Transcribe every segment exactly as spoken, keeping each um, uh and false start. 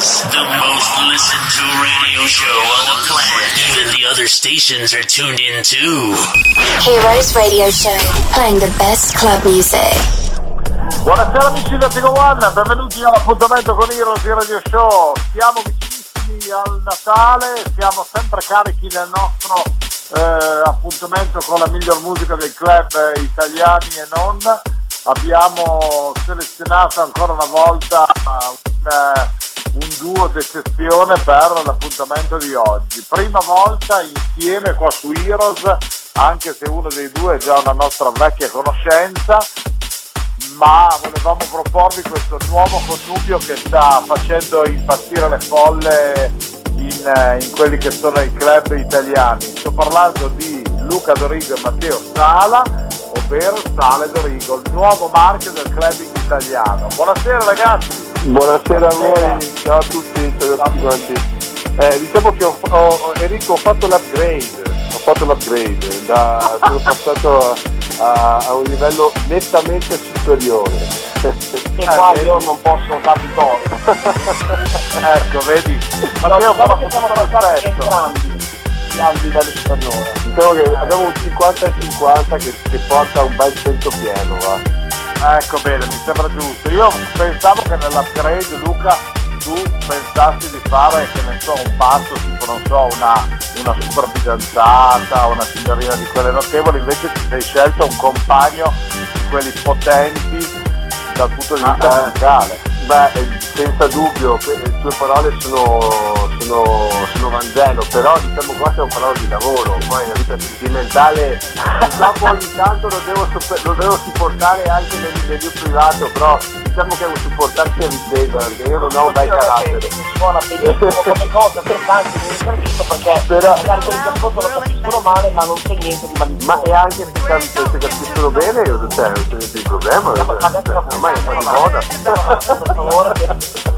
Class, the most listened to radio show on the planet. Even the other stations are tuned in too. Heroes Radio Show, playing the best club music. Buonasera amici da Tigo One, benvenuti all'appuntamento con Heroes Radio Show. Siamo vicinissimi al Natale, siamo sempre carichi nel nostro eh, appuntamento con la miglior musica dei club italiani e non. Abbiamo selezionato ancora una volta un, un duo d'eccezione per l'appuntamento di oggi. Prima volta insieme qua su Heroes, anche se uno dei due è già una nostra vecchia conoscenza, ma volevamo proporvi questo nuovo connubio che sta facendo impazzire le folle in, in quelli che sono i club italiani. Sto parlando di Luca Dorigo e Matteo Sala, ovvero Sala e Dorigo, il nuovo marchio del clubbing italiano. Buonasera ragazzi. Buonasera a voi, ciao a tutti, ciao a tutti quanti. Eh, diciamo che ho, ho, Enrico ho fatto l'upgrade, ho fatto l'upgrade, da, sono passato a, a un livello nettamente superiore. E qua io non posso darvi torto. Ecco, vedi? Ma io ho fatto tutto al livello superiore. Diciamo che abbiamo un cinquanta e cinquanta che, che porta un bel cento pieno, va. Ecco, bene, mi sembra giusto. Io pensavo che nell'upgrade, Luca, tu pensassi di fare, che ne so, un passo tipo, non so, una, una super fidanzata, una signorina di quelle notevoli, invece ti sei scelto un compagno di quelli potenti dal punto di vista ah, musicale. Beh, senza dubbio, le tue parole sono, sono, sono Vangelo, però diciamo qua stiamo parlando di lavoro, poi la vita sentimentale dopo ogni tanto lo devo, lo devo supportare anche nel, nel mio privato, però diciamo che devo supportarsi a vicenda, perché io non ho un bel carattere. Suona benissimo come cosa, per tanti mi capisco, perché però magari quelli che ascolto lo capiscono male, ma non c'è niente di malissimo. Ma e anche se capiscono, se capiscono bene, io cioè, non c'è niente di problema, ormai è un po' di moda. Per favore.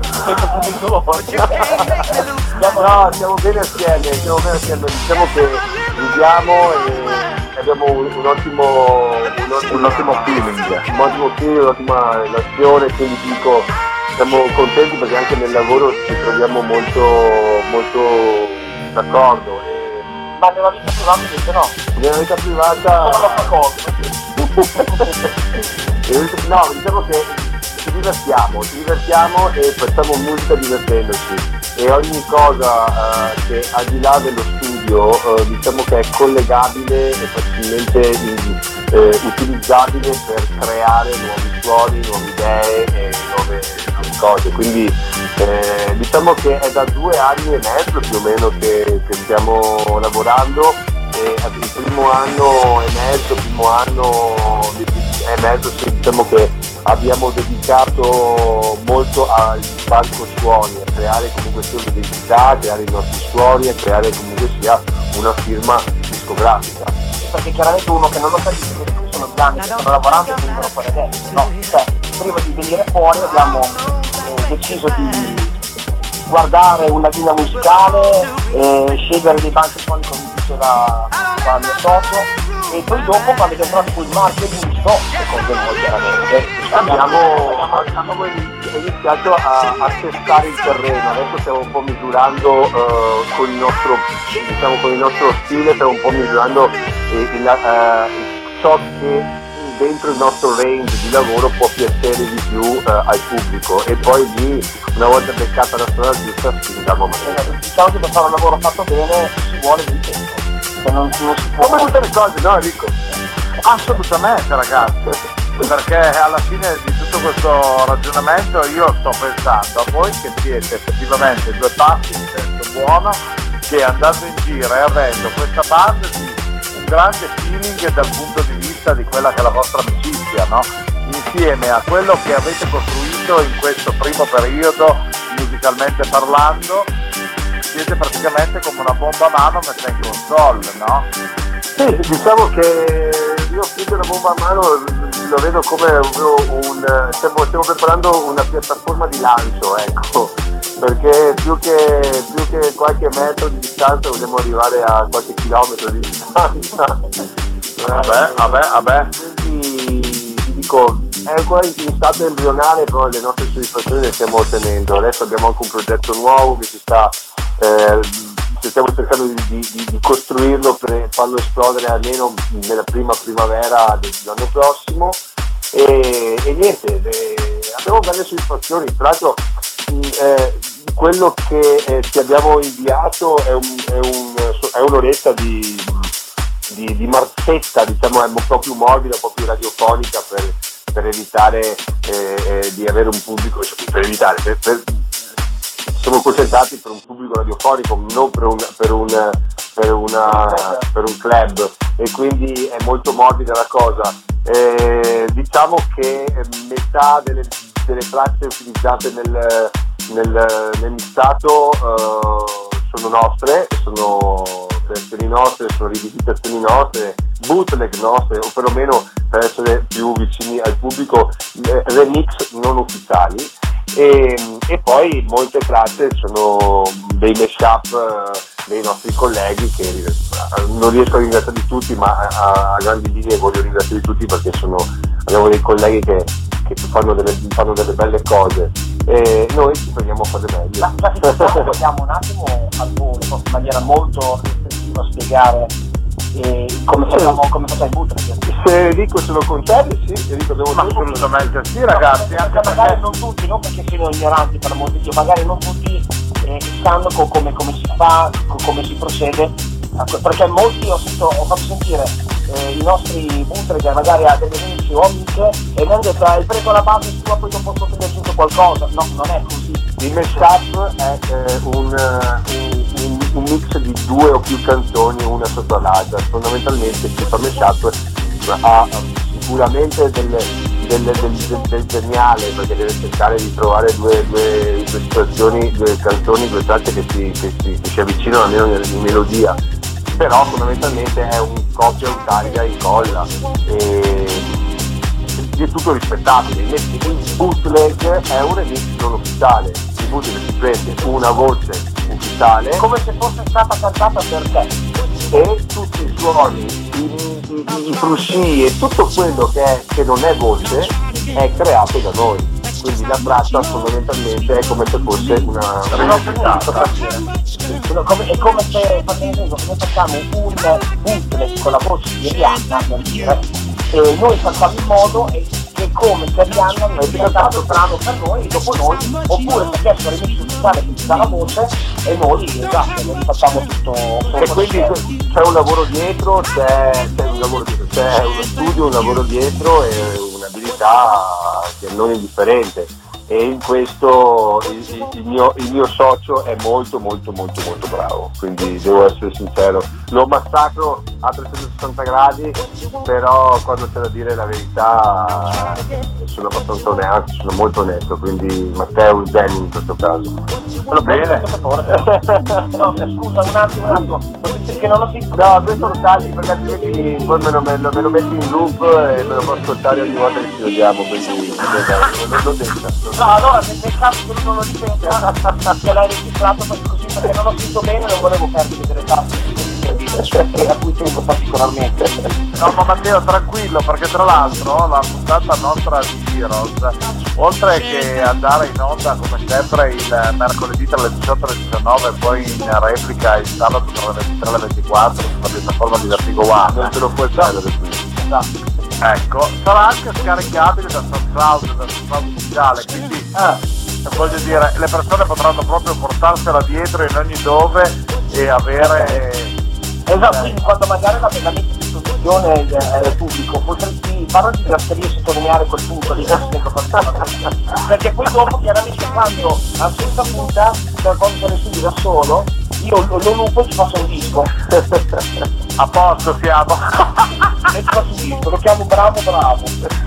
No, siamo bene assieme, siamo bene assieme, diciamo che viviamo e abbiamo un, un ottimo un ottimo, un ottimo feeling, un ottimo feeling, un'ottima relazione, quindi dico siamo contenti perché anche nel lavoro ci troviamo molto molto d'accordo. E... Ma nella vita privata invece no? Nella vita privata non lo fa cosa. No, diciamo che ci divertiamo, ci divertiamo e facciamo musica divertendoci e ogni cosa uh, che al di là dello studio uh, diciamo che è collegabile e facilmente in, eh, utilizzabile per creare nuovi suoni, nuove idee e nuove, nuove cose, quindi eh, diciamo che è da due anni e mezzo più o meno che, che stiamo lavorando e il primo anno e mezzo, primo anno e mezzo diciamo che abbiamo dedicato molto al palco suoni, a creare comunque sia un'identità, a creare i nostri suoni, a creare comunque sia una firma discografica. Perché chiaramente uno che non lo sa dice che sono gli anni che stanno lavorando e vengono fuori adesso, no? Cioè, prima di venire fuori abbiamo eh, deciso di guardare una linea musicale, eh, scegliere dei banchi suoni come diceva il mio socio, e poi dopo quando abbiamo trovato quel marchio giusto, secondo noi chiaramente, abbiamo, abbiamo iniziato a, a testare il terreno, adesso stiamo un po' misurando uh, con, il nostro, diciamo, con il nostro stile, stiamo un po' misurando eh, il, uh, ciò che dentro il nostro range di lavoro può piacere di più uh, al pubblico e poi lì, una volta beccata la strada giusta, spingiamo magari. Diciamo che per fare un lavoro fatto bene ci vuole del tempo. Non, non si può. Come tutte le cose, no Enrico? Assolutamente ragazzi, perché alla fine di tutto questo ragionamento io sto pensando a voi che siete effettivamente due passi in senso buono, che andando in giro e avendo questa base di un grande feeling dal punto di vista di quella che è la vostra amicizia, no? Insieme a quello che avete costruito in questo primo periodo musicalmente parlando, siete praticamente come una bomba a mano messa in console, no? Sì, diciamo che io più che una bomba a mano lo vedo come un, un stiamo, stiamo preparando una piattaforma di lancio, ecco, perché più che, più che qualche metro di distanza vogliamo arrivare a qualche chilometro di distanza. Vabbè, vabbè, vabbè. Quindi ti dico, è ancora in stato embrionale, però le nostre soddisfazioni le stiamo ottenendo. Adesso abbiamo anche un progetto nuovo che si sta eh, stiamo cercando di, di, di costruirlo per farlo esplodere almeno nella prima primavera dell'anno prossimo, e, e niente, eh, abbiamo belle soddisfazioni. Tra l'altro eh, quello che eh, ti abbiamo inviato è, un, è, un, è un'oretta di, di, di marzetta, diciamo, è un po' più morbida, un po' più radiofonica, per, per evitare eh, eh, di avere un pubblico, cioè, per evitare per, per, siamo concentrati per un pubblico radiofonico, non per un, per un, per una, per un club, e quindi è molto morbida la cosa. Eh, diciamo che metà delle, delle tracce utilizzate nel, nel, nel mixato eh, sono nostre, sono creazioni nostre, sono rivisitazioni nostre, bootleg nostre, o perlomeno per essere più vicini al pubblico, eh, remix non ufficiali. E, e poi molte tracce sono dei mashup eh, dei nostri colleghi, che non riesco a ringraziare tutti, ma a, a grandi linee voglio ringraziare tutti, perché sono, abbiamo dei colleghi che, che fanno, delle, fanno delle belle cose, e noi ci prendiamo a fare meglio. Ma, ma se vogliamo un attimo al volo, in maniera molto restrittiva, spiegare e come facciamo, come facciamo il bootleg? Se Enrico se lo concede, sì, Enrico abbiamo Ma assolutamente sì, ragazzi, no, anche magari perché non tutti, non perché siano ignoranti per molti, magari non tutti eh, sanno co- come, come si fa, co- come si procede, perché molti ho, sentito, ho fatto sentire eh, i nostri bootleg magari a delle amici o amiche, e mi hanno detto hai preso la base sua, poi dopo sotto ti aggiunto qualcosa. No, non è così. Il mashup è eh, un, un, un, un mix di due o più canzoni una sotto l'altra. Fondamentalmente chi fa mashup ha sicuramente del, del, del, del, del geniale, perché deve cercare di trovare due, due, due situazioni, due canzoni, due tracce che si, che si, che si avvicinano almeno in melodia, però fondamentalmente è un copia, un taglia, incolla, e è tutto rispettabile. Invece il bootleg è un remix non ufficiale. Il bootleg si prende una voce ufficiale Come se fosse stata cantata per te. e tutti i suoni, i, i, i frusci e tutto quello che, è, che non è voce è creato da noi. Quindi la traccia fondamentalmente è come se fosse una come, è come se, per esempio, noi facciamo un bootleg con la voce di Rihanna, per dire, e noi facciamo in modo che come se Rihanna non abbia cantato il brano per noi e dopo noi, oppure se adesso remix ufficiale che ci dà la voce e noi, esatto, noi facciamo tutto. E quindi c'è un lavoro dietro, c'è, c'è un lavoro dietro, c'è uno studio, un lavoro dietro e un'abilità che non è indifferente, e in questo il, il, mio, il mio socio è molto molto molto molto bravo, quindi devo essere sincero, lo massacro a trecentosessanta gradi, però quando c'è da dire la verità sono abbastanza onesto, sono molto onesto, quindi Matteo è un genio in questo caso. Va bene? No, scusa un attimo, un attimo, perché non ho sentito. No, questo lo tagli perché altrimenti poi me lo, me, lo, me lo metti in loop e me lo posso ascoltare ogni volta che ci vediamo, quindi non lo detto. No, allora nel caso che non lo dica che l'hai registrato, perché così, perché non ho sentito bene, non volevo perdere delle tappe a cui tengo particolarmente. No, ma Matteo, tranquillo, perché tra l'altro la puntata nostra di Heroes, oltre che andare in onda come sempre il mercoledì tra le diciotto e le diciannove, poi in replica il sabato tra le ventitré e le ventiquattro sulla piattaforma di Vertigo One, non te lo puoi perdere qui. Esatto. Ecco, sarà anche scaricabile da SoundCloud, da SoundCloud ufficiale, quindi Ah. voglio dire, le persone potranno proprio portarsela dietro in ogni dove e avere... Esatto, quindi quando magari la la metti in disposizione del pubblico, potresti farlo di gratteria e sottolineare quel punto lì, perché poi dopo chiaramente quando a sesta punta, per quando te ne studi da solo, io lo, lo lupo e ci faccio un disco. A posto siamo. E ci faccio un disco, lo chiamo Bravo Bravo.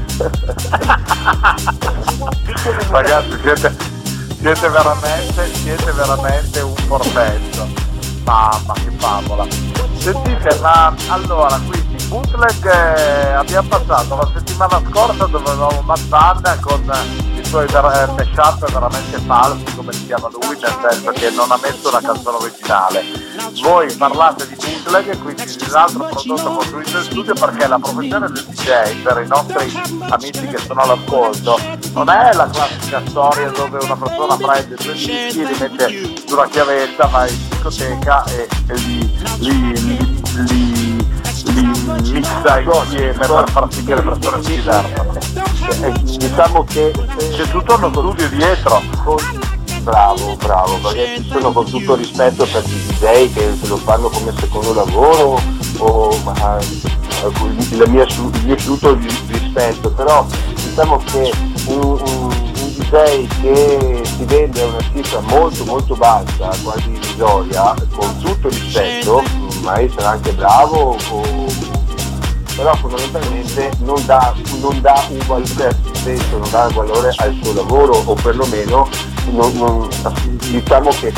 Ragazzi, siete, siete veramente, siete veramente un portello. Mamma che favola. Sentite, ma allora, quindi bootleg eh, abbiamo passato la settimana scorsa dove avevamo Matt Van con il suoi ver- mashup veramente falsi, come li chiama lui, nel senso che non ha messo una canzone originale. Voi parlate di bootleg, quindi di un altro prodotto costruito in studio, perché la professione del D J, per i nostri amici che sono all'ascolto, non è la classica storia dove una persona prende due dischi, li mette su una chiavetta, va in discoteca e, e li, li, li, li, li mixa insieme per far sì che le persone si divertano. Eh, diciamo che C'è tutto uno studio dietro. bravo, bravo, perché ci sono, con tutto rispetto per i D J che lo fanno come secondo lavoro, o ma, la mia, il mio assoluto rispetto, però diciamo che un, un, un D J che si vende a una cifra molto molto bassa, quasi irrisoria, con tutto rispetto, magari sarà anche bravo, o, però fondamentalmente non dà, non dà un valore a se stesso, non dà un valore al suo lavoro, o perlomeno non, non, diciamo che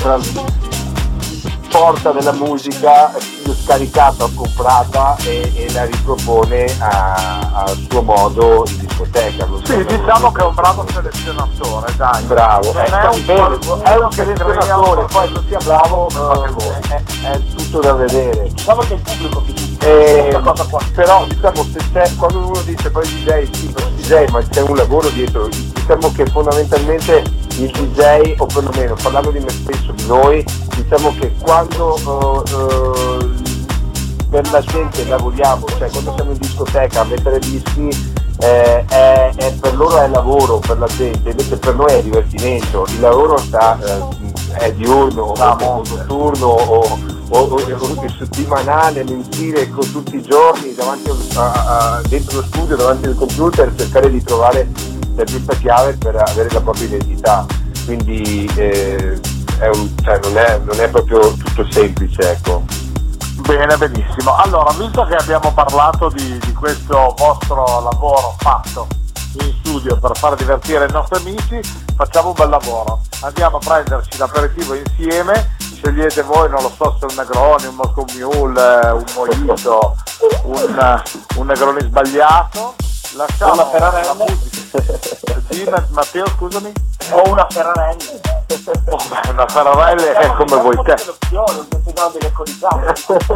porta della musica scaricata o comprata e, e la ripropone a, a suo modo in discoteca. Sì, diciamo che è un bravo selezionatore, dai. Bravo, non è, è un, bene, qual- è un selezionatore, poi se sia bravo eh, è, è tutto da vedere. Diciamo che il pubblico che Eh, però diciamo, se c'è, quando uno dice poi D J, sì, per D J, ma c'è un lavoro dietro, diciamo che fondamentalmente il D J, o perlomeno parlando di me stesso, di noi, diciamo che quando uh, uh, per la gente lavoriamo, cioè quando siamo in discoteca a mettere dischi, eh, è, è per loro è lavoro, per la gente, invece per noi è divertimento. Il lavoro sta, eh, è diurno, o notturno, o o, o, o settimanale, mensile, con tutti i giorni davanti a, a, dentro lo studio, davanti al computer, cercare di trovare la giusta chiave per avere la propria identità. Quindi eh, è un, cioè, non, è, non è proprio tutto semplice, ecco. Bene, benissimo. Allora, visto che abbiamo parlato di, di questo vostro lavoro fatto in studio per far divertire i nostri amici, facciamo un bel lavoro. Andiamo a prenderci l'aperitivo insieme, scegliete voi, non lo so, se un Negroni, un Moscow Mule, un Mojito, un, un Negroni sbagliato. Lasciamo una Ferrarella. la musica. Sì, Matteo, scusami. o una Ferrarella. Oh, una Ferrarella è come vuoi te. Non ti do delle colizate.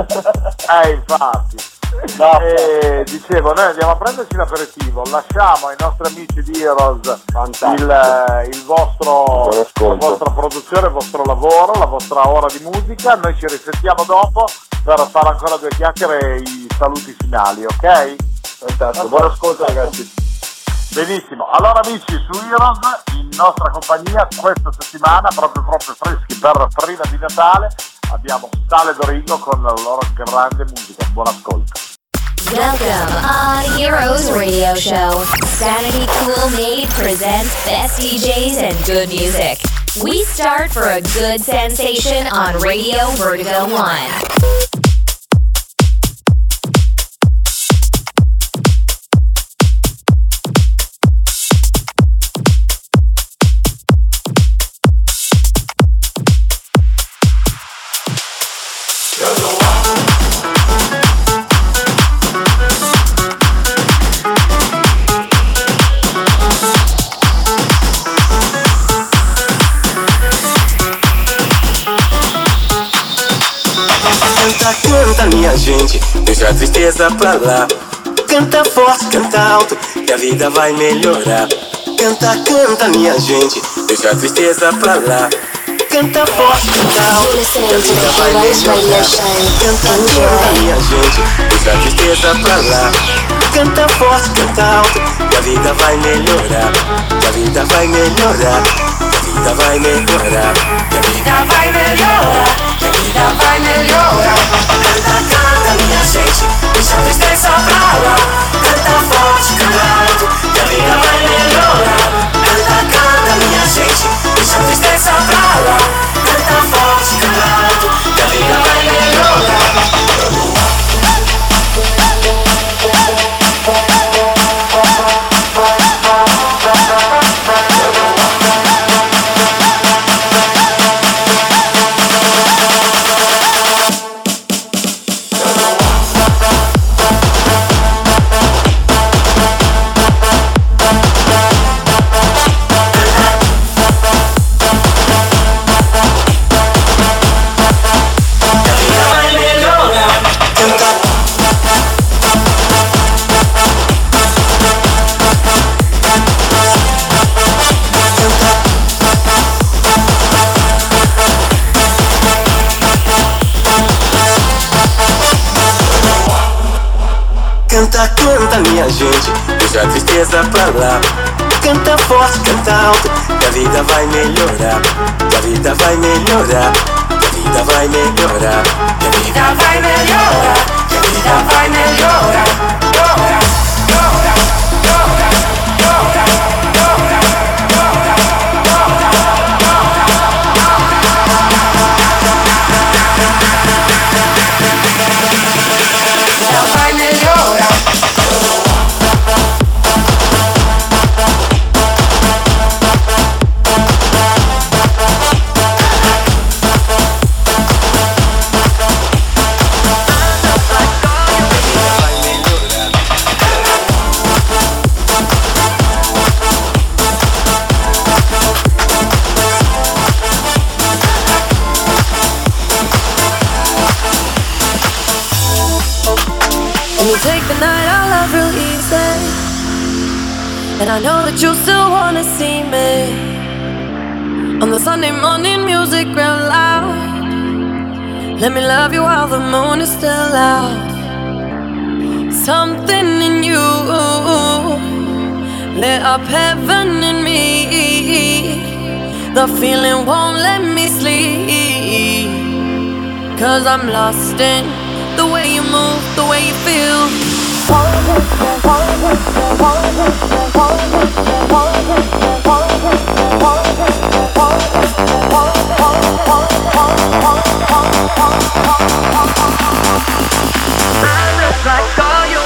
Eh, infatti. No, E dicevo, noi andiamo a prenderci l'aperitivo, lasciamo ai nostri amici di Heroes Fantastico. il, il vostro, Buon ascolto. la vostra produzione, il vostro lavoro, la vostra ora di musica. Noi ci risentiamo dopo per fare ancora due chiacchiere e i saluti finali, ok? Fantastico, buon ascolto ragazzi. Benissimo, allora amici, su Heroes in nostra compagnia questa settimana, proprio proprio freschi per prima di Natale, abbiamo Sale Dorigo con la loro grande musica. Buon ascolto. Welcome on Heroes Radio Show. Sanity Cool Made presents best D Js and good music. We start for a good sensation on Radio Vertigo One. Canta, canta minha gente, deixa a tristeza pra lá. Canta forte, canta alto, que a vida vai melhorar. Canta, canta minha gente, deixa a tristeza pra lá. Canta forte, canta alto, que a vida vai melhorar. Canta, canta minha gente, deixa a tristeza pra lá. Canta forte, canta alto, que a vida vai melhorar. Que a vida vai melhorar, que a vida vai melhorar. Que a vida vai melhorar, que a vida vai melhorar. Canta, canta minha gente, deixa a tristeza pra lá. Canta forte, canta alto, que a vida vai melhorar. Canta, canta minha gente, deixa a tristeza pra lá. Canta forte, canta alto, que a vida vai melhorar. Canta, canta, minha gente, deixa a tristeza pra lá. Canta forte, canta alto, que a vida vai melhorar. Que a vida vai melhorar. Que a vida vai melhorar. Que a vida vai melhorar. Que a vida vai melhorar. Melhorar, melhorar, melhorar, melhorar, melhorar, vai melhorar. Take the night I love real easy, and I know that you still wanna see me on the Sunday morning music real loud. Let me love you while the moon is still out. Something in you lit up heaven in me. The feeling won't let me sleep, 'cause I'm lost in the way you move, the way you feel. I look like all you.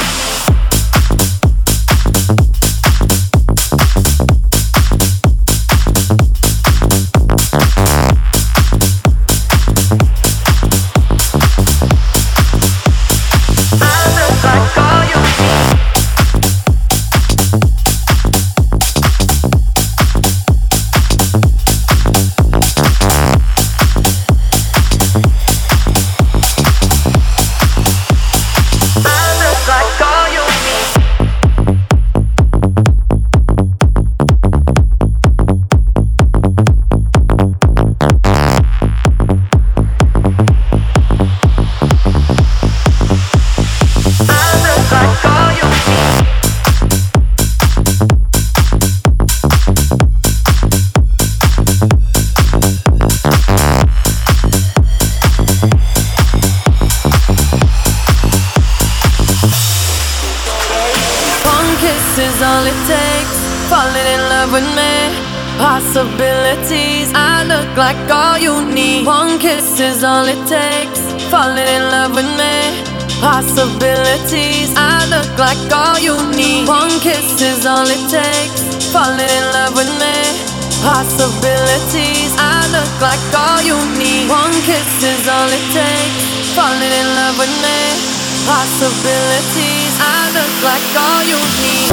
Possibilities, I look like all you need. One kiss is all it takes. Falling in love with me. Possibilities, I look like all you need. One kiss is all it takes. Falling in love with me. Possibilities, I look like all you need. One kiss is all it takes. Falling in love with me. Possibilities, I look like all you need.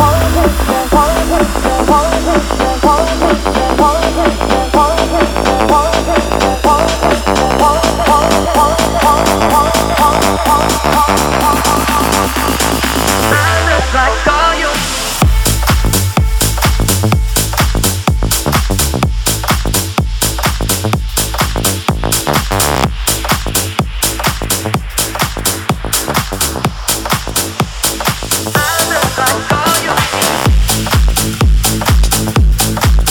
I look like all you. I look like all you.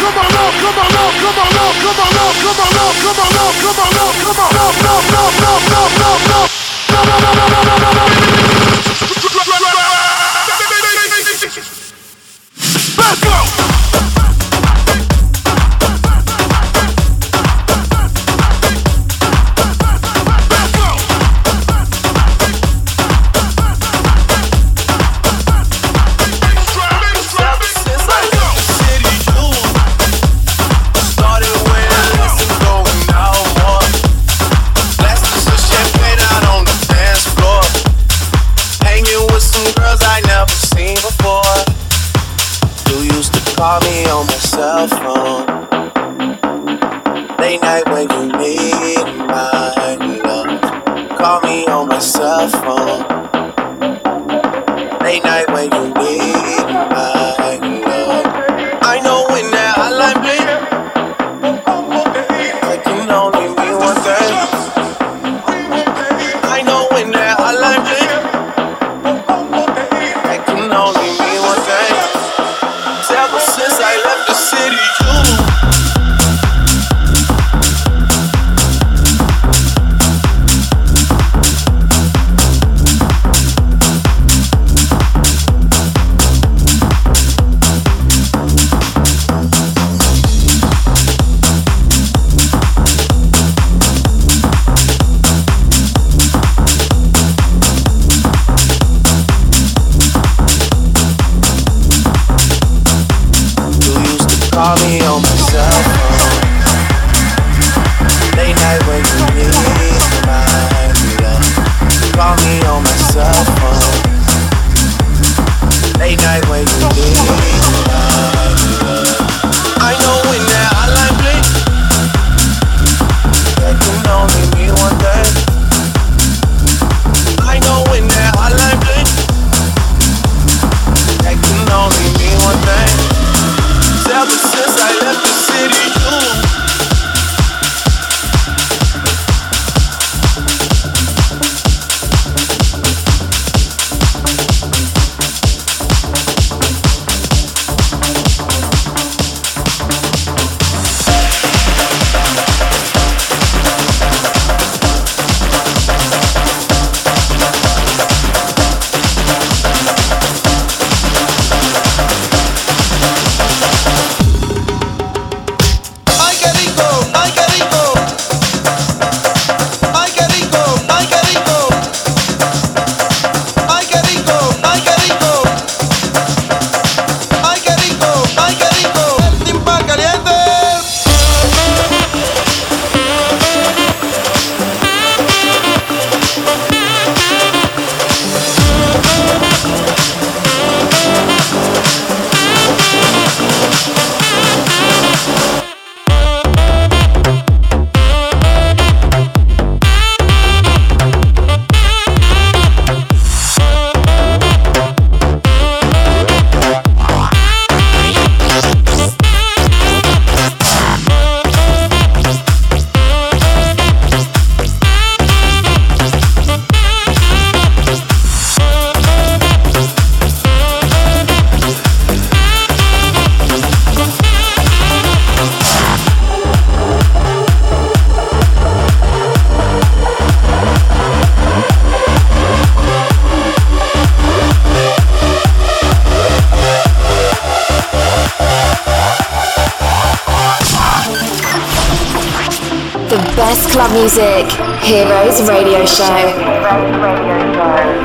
best club music. Heroes Radio Show. Heroes Radio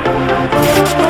Show.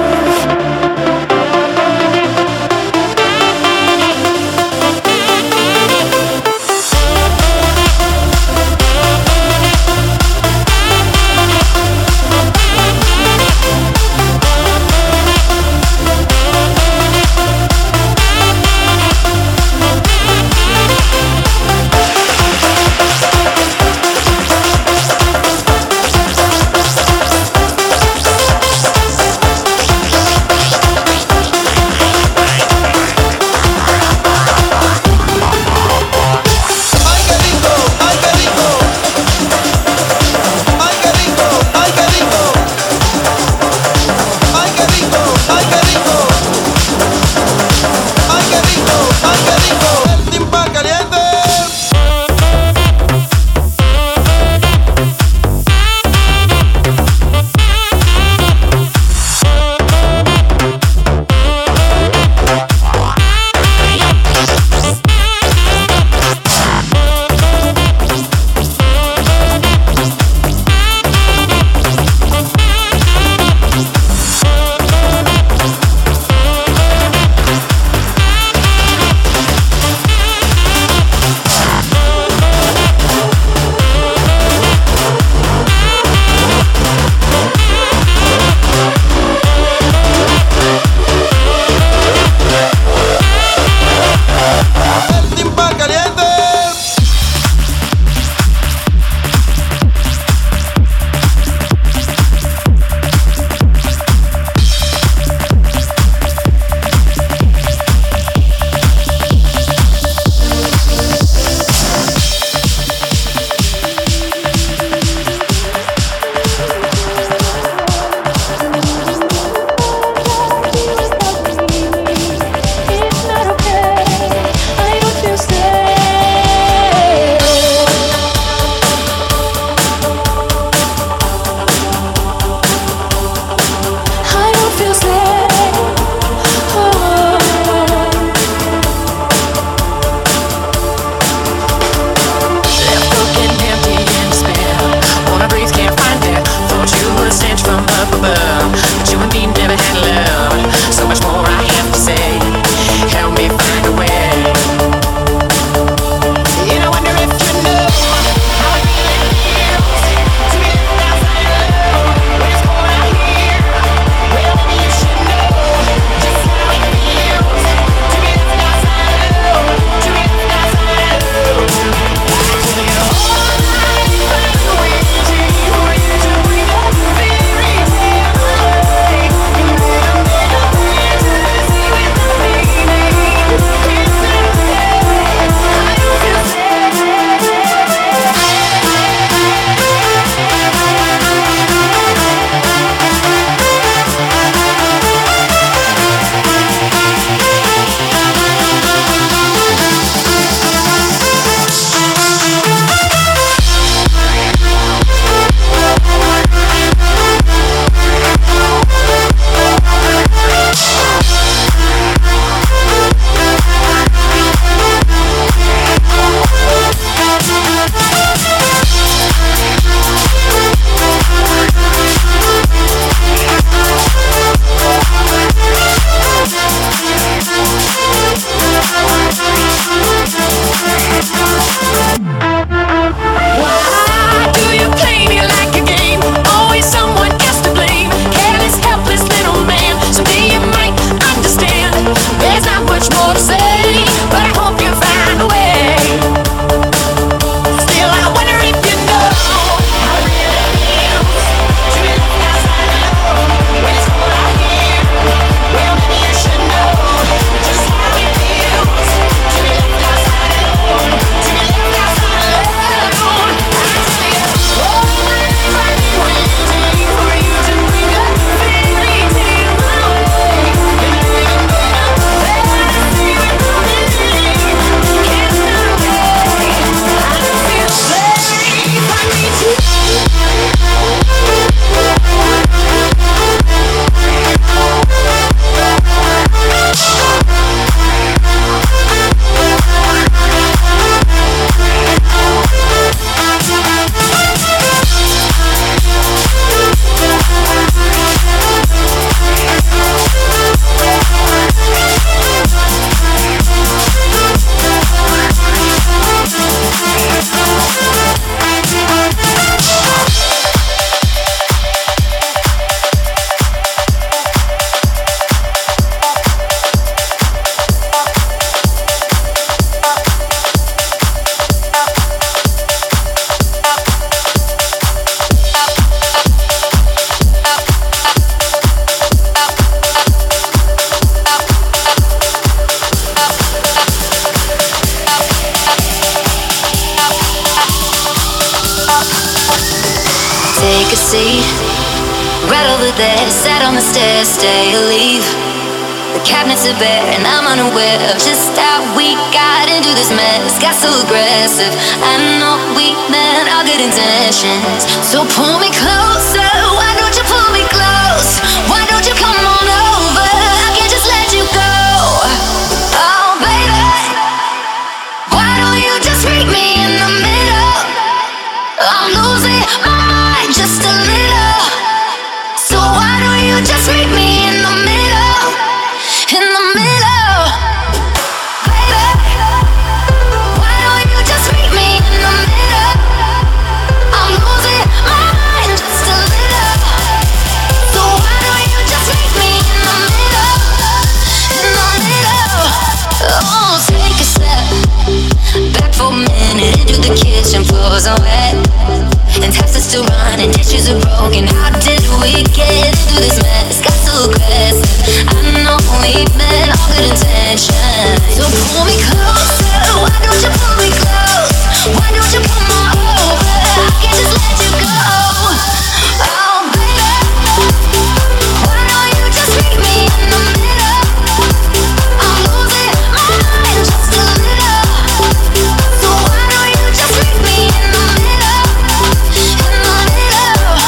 leave. The cabinets are bare and I'm unaware of just how we got into this mess. Got so aggressive. I know we meant all good intentions. So pull me closer. Why don't you pull me close? Why don't you come on over? I can't just let you go. Oh baby, why don't you just meet me in the middle? I'm losing my mind just a little. So why don't you just meet me in the middle? In the middle, baby. Why don't you just meet me in the middle? I'm losing my mind just a little. So why don't you just meet me in the middle? In the middle. Oh, take a step back for a minute into the kitchen. Floors are wet and taps are still running, dishes are broken. How did we get into this mess? Got so aggressive. I know we meant all good intentions. So pull me closer. Why don't you pull me close? Why don't you come on over? I can't just let you go. Oh baby, why don't you just meet me in the middle? I'm losing my mind just a little. So why don't you just meet me in the middle? In the middle.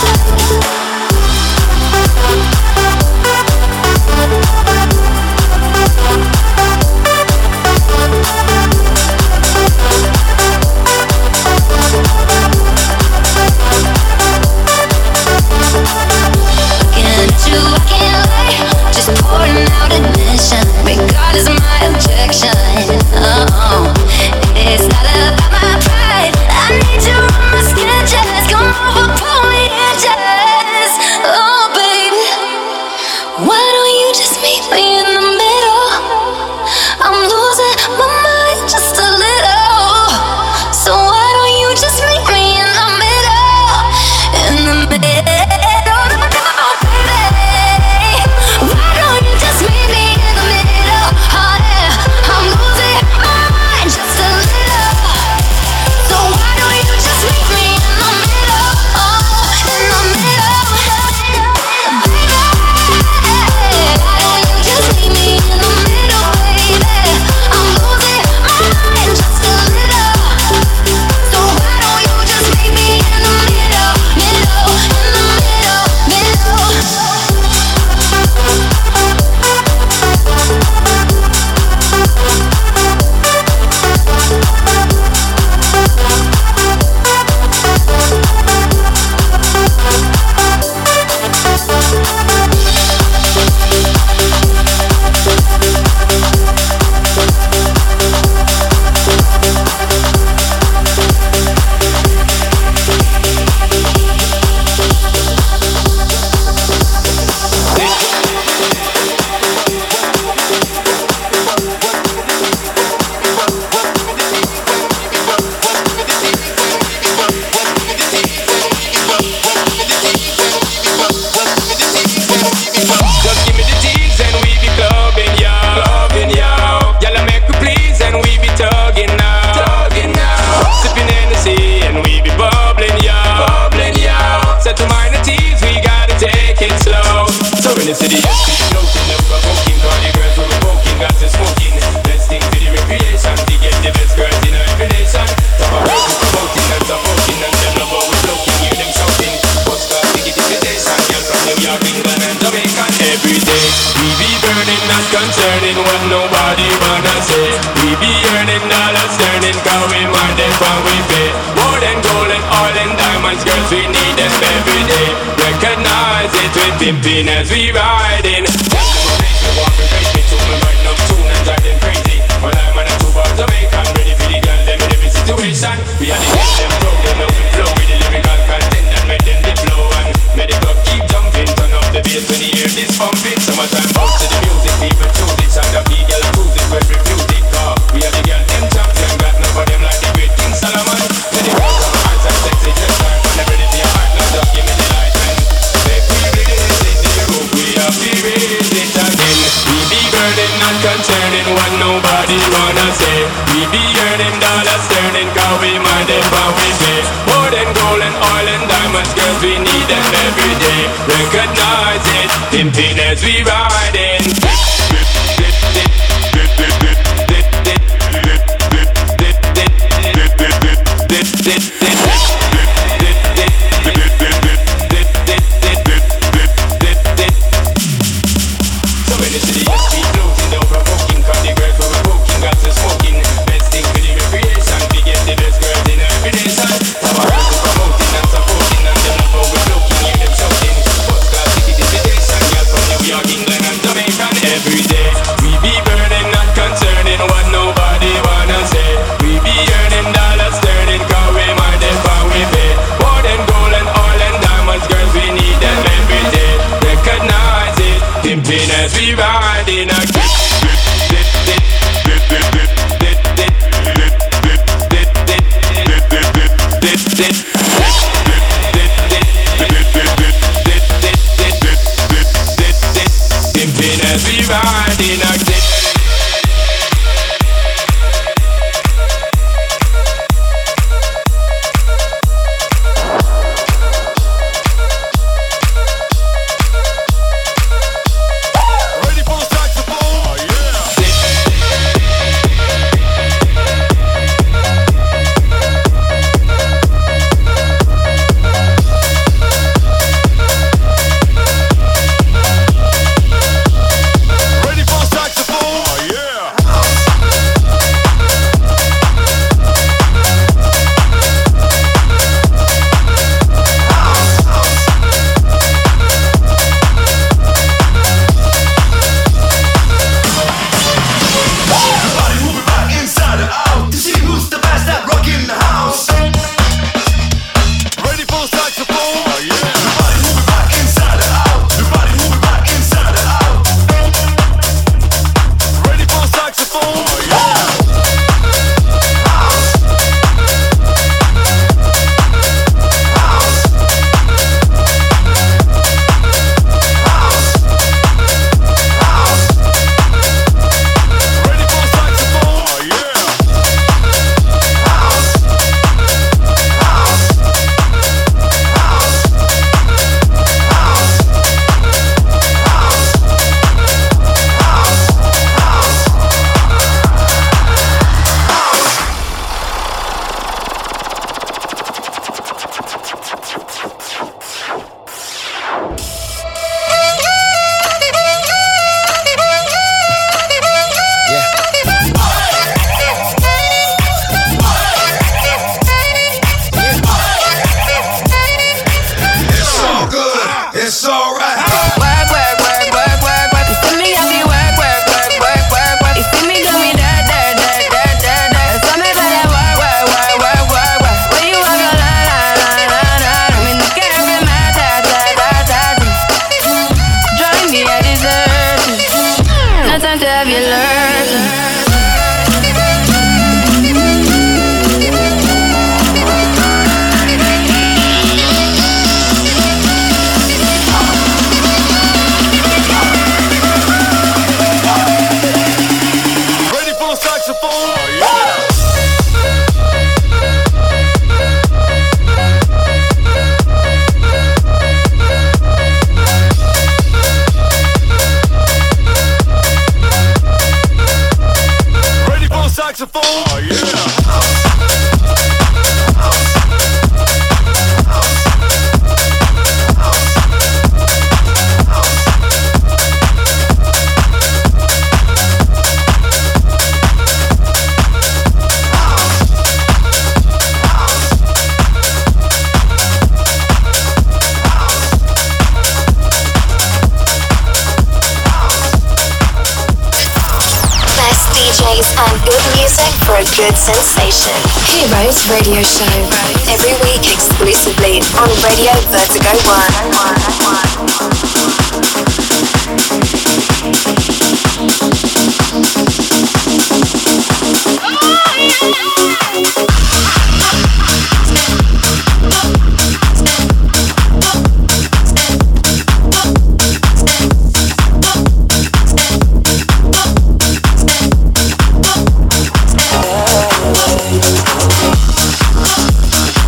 Pimpin' as we riding. Walk and face me to me right up tune and drive them crazy. Well, I'm on a two-bar Jamaican, ready for the girl, them in every situation. We are the girls, them broke, them now we flow with the lyrical content and make them the flow. And make the club keep jumping, turn up the bass when you hear this pumping. Summertime bounce to the music, people choose it, and the big girl cruise it, when refuse it. Cause we are the girl, them champion, got none of them like the great King Solomon. When the girls come hands and sexy, just time, and they're ready for your heart, now just give me the light. Concerning what nobody wanna say. We be earning dollars, turning cause we mind them how we pay. More than gold and oil and diamonds, girls, we need them every day. Recognize it, pimping as we riding. As we ride in a pimping as we ride in a Good sensation. Heroes Radio Show. Every week exclusively on Radio Vertigo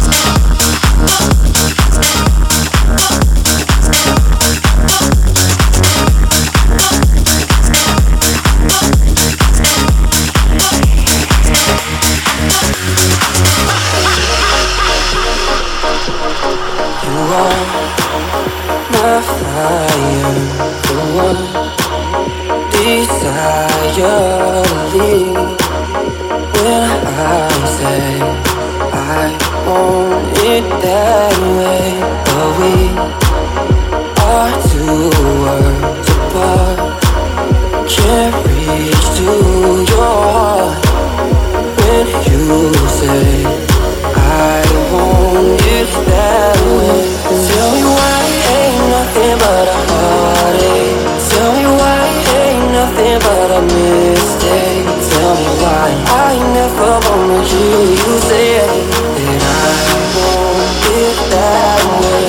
One. entirely when I say I want it that way. But we are two worlds apart. Can't reach to your heart when you say I want it that way. Tell me why it ain't nothing but a heartache. Tell me why it ain't nothing but a mistake. Tell me why I never wanted you. You said that I want it that way.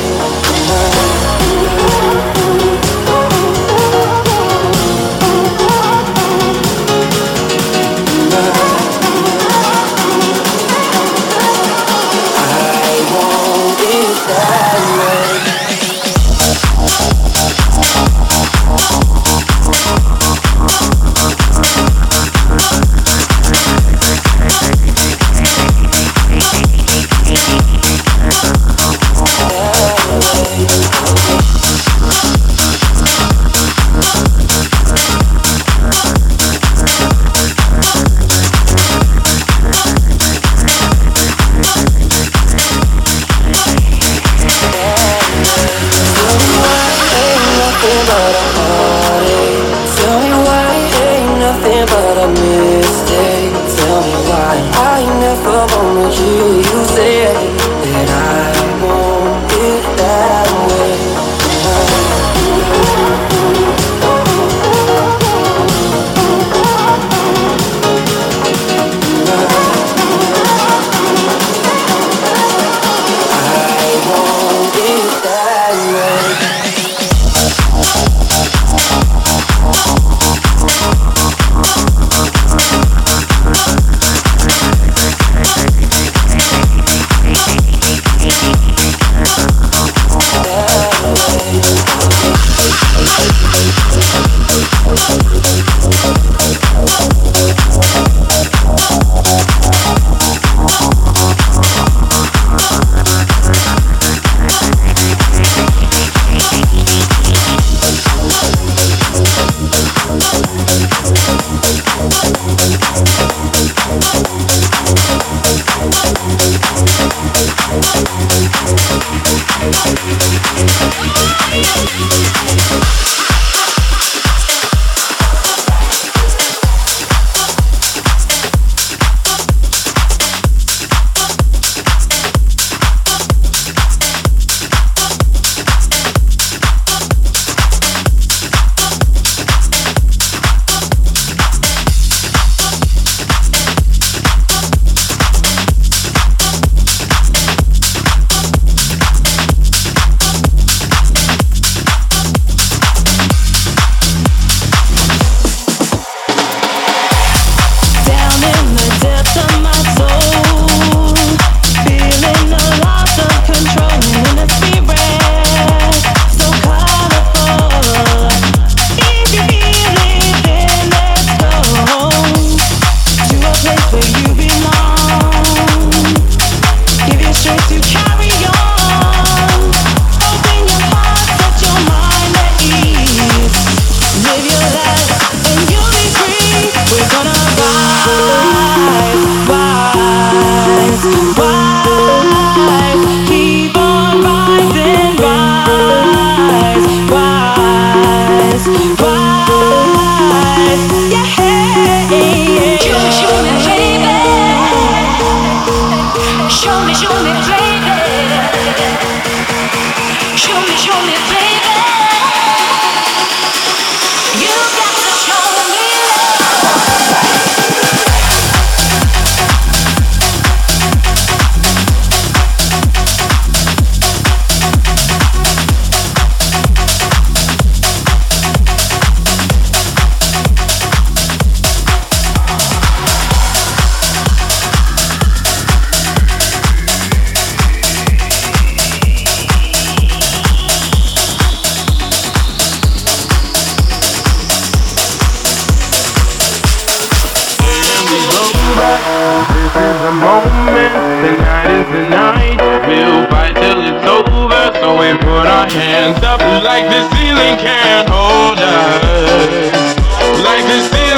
the moment, the night is the night. We'll fight till it's over, so we put our hands up like the ceiling can't hold us. Like the ceiling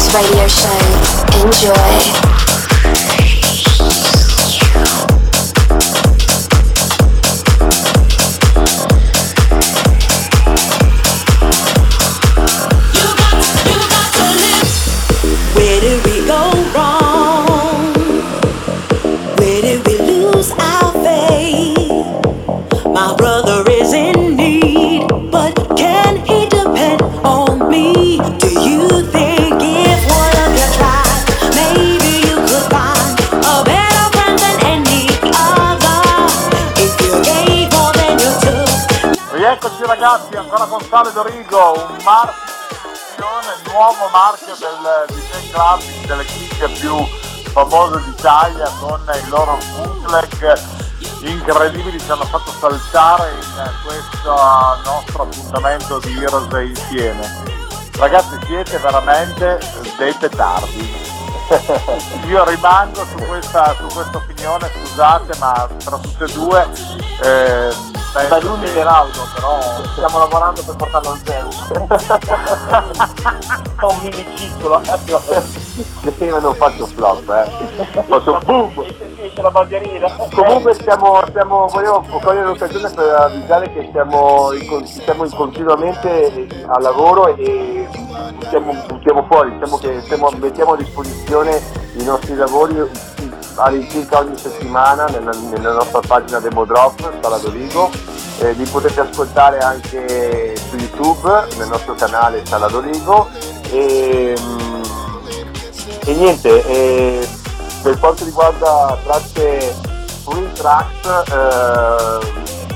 Heroes Radio Show. Enjoy. Where did we go wrong? Where did we lose our faith? My brother is in need, but can he depend on me? Do you think if one of you tried, maybe you could find a better friend than any other? If you gave more than you took. Rieccoci ragazzi, ancora con Sale Dorigo, un marchio, il nuovo marchio del D J Clubbing, delle chicche più famose d'Italia, con i loro bootleg incredibili ci hanno fatto saltare in questo nostro appuntamento di Heroes insieme. Ragazzi, siete veramente dei petardi. Io rimango su questa, su questa opinione, scusate, ma tra tutte e due eh, Beh, lui mi l'auto, però stiamo lavorando per portarlo al zero. Fa un mini ciclo. Che prima non faccio flop, eh. Faccio boom! La bandierina. Comunque stiamo, stiamo, volevo cogliere l'occasione per avvisare che siamo, in, siamo in continuamente al lavoro e buttiamo, buttiamo fuori, diciamo che stiamo, mettiamo a disposizione i nostri lavori all'incirca ogni settimana nella, nella nostra pagina Demo Drop, Sala Dorigo, eh, li potete ascoltare anche su YouTube nel nostro canale Sala Dorigo e, e niente, eh, per quanto riguarda tracce free tracks eh,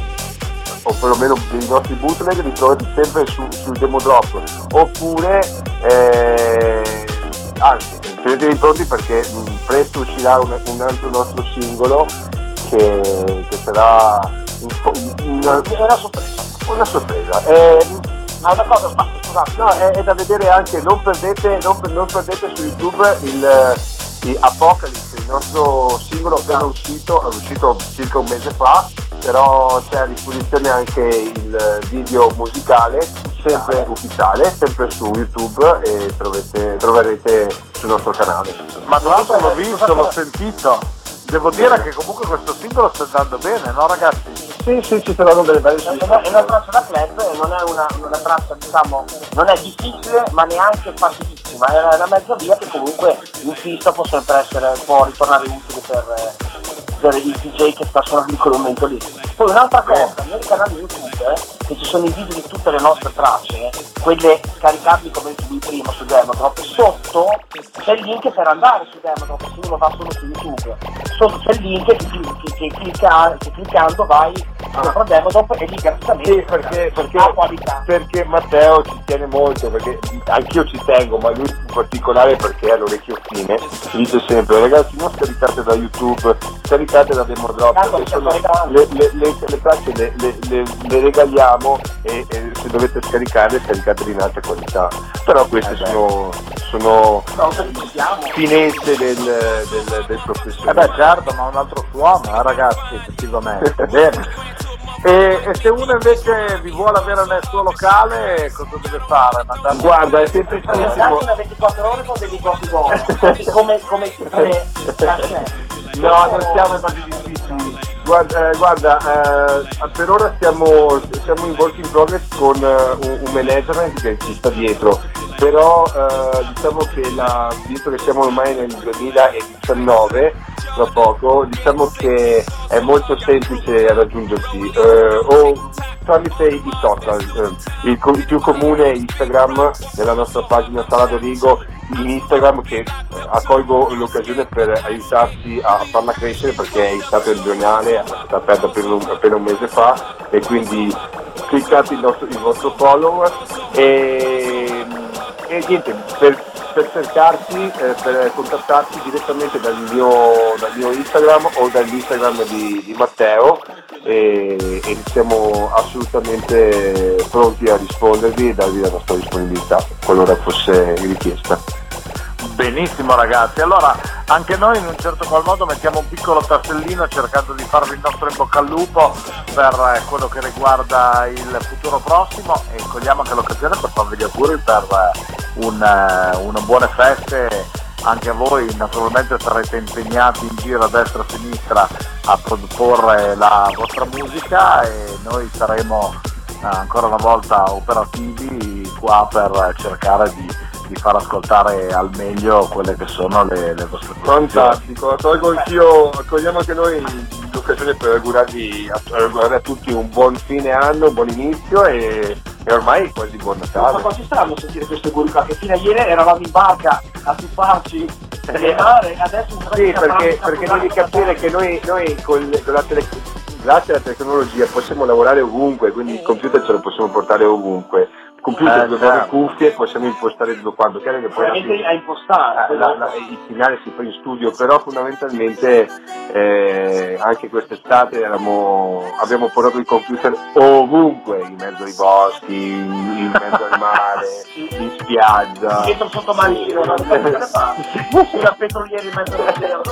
o perlomeno dei nostri bootleg li trovate sempre su, su Demo Drop oppure eh, anzi tenetevi pronti perché mh, presto uscirà un, un altro nostro singolo che, che sarà un, una, una sorpresa. Una sorpresa. Eh, Ma una cosa, scusate, no, è, è da vedere anche, non perdete, non, non perdete su YouTube il, il Apocalypse, il nostro singolo appena uscito, è uscito circa un mese fa, però c'è a disposizione anche il video musicale, sempre ufficiale, sempre su YouTube e trovete, troverete sul nostro canale. Ma tra l'altro l'ho visto, l'ho sentito. Devo dire che comunque questo singolo sta andando bene, no ragazzi? Sì, sì, ci saranno delle belle è una traccia da club e non è una, una traccia, diciamo, non è difficile ma neanche facilissima, è una mezza via che comunque in pista può sempre essere, può ritornare utile per, per il D J che sta suonando in quel momento lì. Poi un'altra cosa, nel canale YouTube, che ci sono i video di tutte le nostre tracce, quelle caricabili come dicevi prima su Demodrop, sotto c'è il link per andare su Demodrop, se uno va solo su YouTube, sotto c'è il link che, che, che, clicca, che cliccando vai sopra Demodrop e lì gratuitamente sì, perché, perché, ha qualità. Perché Matteo ci tiene molto, perché anch'io ci tengo, ma lui in particolare perché ha l'orecchio fine, ci dice sempre ragazzi non scaricate da YouTube, scaricate da Demodrop, perché sono le, le, le, le tracce le, le, le, le regaliamo e, e se dovete scaricarle scaricatele in alta qualità, però queste eh sono, sono finezze del, del, del professionista. Eh beh certo, ma un altro suono, eh, ragazzi, effettivamente. Bene. E, e se uno invece vi vuole avere nel suo locale, cosa deve fare? Mandare... Guarda, è semplicissimo. Da ventiquattro ore con dei negozi buoni, come come come no, non siamo così difficili. Guarda, eh, guarda eh, per ora siamo, siamo in work in progress con uh, un, un management che ci sta dietro, però eh, diciamo che la, visto che siamo ormai nel duemiladiciannove, tra poco, diciamo che è molto semplice raggiungerci, eh, o tramite i social, eh, il, il più comune è Instagram, nella nostra pagina Sala Dorigo, in Instagram che eh, accolgo l'occasione per aiutarci a farla crescere perché è in stato embrionale, è stata aperta appena un, appena un mese fa e quindi cliccate il, nostro, il vostro follower e, e niente, per, per cercarci, eh, per contattarci direttamente dal mio, dal mio Instagram o dall'Instagram di, di Matteo e, e siamo assolutamente pronti a rispondervi e darvi la nostra disponibilità qualora fosse richiesta. Benissimo ragazzi, allora anche noi in un certo qual modo mettiamo un piccolo tassellino cercando di farvi il nostro in bocca al lupo per eh, quello che riguarda il futuro prossimo, e cogliamo anche l'occasione per farvi gli auguri per eh, un, eh, una buone feste. Anche voi naturalmente sarete impegnati in giro a destra e a sinistra a proporre la vostra musica, e noi saremo eh, ancora una volta operativi qua per cercare di, di far ascoltare al meglio quelle che sono le, le vostre produzioni. Fantastico, tolgo anch'io, accogliamo anche noi l'occasione per augurarvi a, augurare a tutti un buon fine anno, un buon inizio e, e ormai quasi buon Natale. Ma quasi strano sentire questo auguri qua, che fino a ieri eravamo in barca a tuffarci nel mare, adesso sì, perché, perché devi capire che noi, noi con, con la tele, grazie alla tecnologia possiamo lavorare ovunque, quindi il computer ce lo possiamo portare ovunque. Computer, eh, dove le cuffie, possiamo impostare tutto quanto, chiaro che poi veramente a impostare la, la, il finale si fa in studio, però fondamentalmente eh, anche quest'estate eravamo, abbiamo portato il computer ovunque, in mezzo ai boschi, in, in mezzo al mare, in spiaggia, dietro sottomarino, sulla petroliera in mezzo alla terra.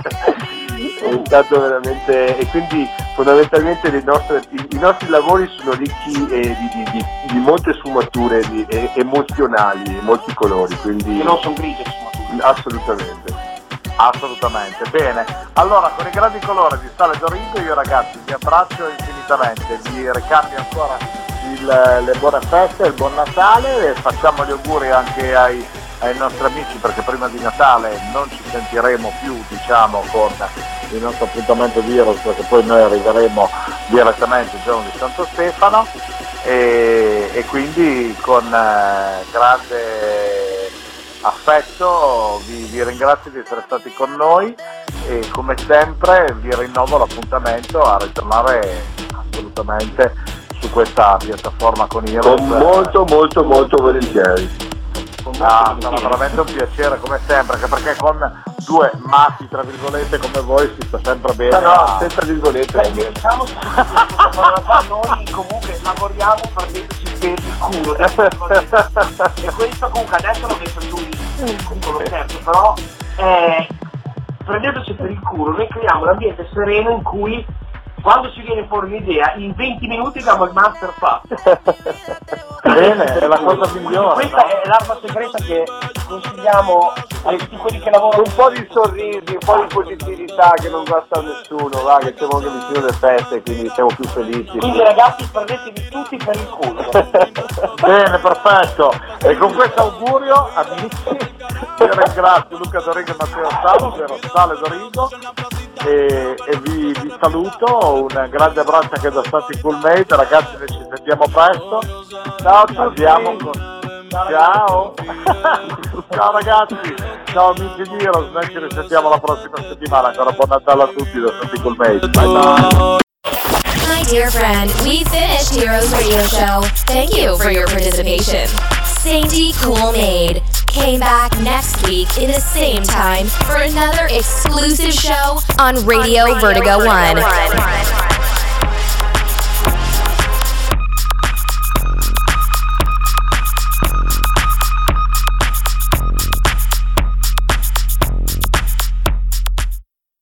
È stato veramente, e quindi fondamentalmente le nostre, i, i nostri lavori sono ricchi eh, di, di, di, di molte sfumature di, eh, emozionali, molti colori, quindi che non sono grigie sfumature. Assolutamente. Assolutamente, bene. Allora, con i grandi colori di Sale Dorigo, io ragazzi vi abbraccio infinitamente, vi ricambio ancora il, le buone feste, il buon Natale, e facciamo gli auguri anche ai, ai nostri amici, perché prima di Natale non ci sentiremo più, diciamo, con il nostro appuntamento di Heroes, perché poi noi arriveremo direttamente il giorno di Santo Stefano, e, e quindi con eh, grande affetto vi, vi ringrazio di essere stati con noi, e come sempre vi rinnovo l'appuntamento a ritornare assolutamente su questa piattaforma con Heroes. Con molto molto molto volentieri. Ah, sarà veramente un piacere come sempre, anche perché con due matti tra virgolette come voi si sta sempre bene. No, no, senza virgolette. Beh, diciamo che noi comunque lavoriamo prendendoci per il culo, e questo comunque adesso l'ho messo giù con lo scherzo, però eh, prendendoci per il culo noi creiamo un ambiente sereno in cui quando ci viene fuori un'idea in venti minuti diamo il master fatto. Bene, è la cosa migliore. Questa no? è l'arma segreta che consigliamo a tutti quelli che lavorano. Un po' di sorrisi, un po' di positività che non guasta a nessuno, va, che siamo anche vicino alle feste, quindi siamo più felici. Quindi ragazzi, prendetevi tutti per il culo. Bene, perfetto. E con questo augurio, amici, io ringrazio Luca Dorigo e Matteo Salo, ovvero Sale Dorigo, e, e vi, vi saluto. Un grande abbraccio anche da Stati Coolmate, ragazzi, noi ci sentiamo presto. Ciao a tutti. Andiamo con... Ciao. Ciao ragazzi, ciao amici di Heroes, noi ci risentiamo la prossima settimana. Ancora buon Natale a tutti da Stati Coolmate. Bye bye. My dear friend, we finished Heroes Radio Show. Thank you for your participation. Sainty Coolmade came back next week in the same time for another exclusive show on Radio, on Radio Vertigo, Vertigo One. One.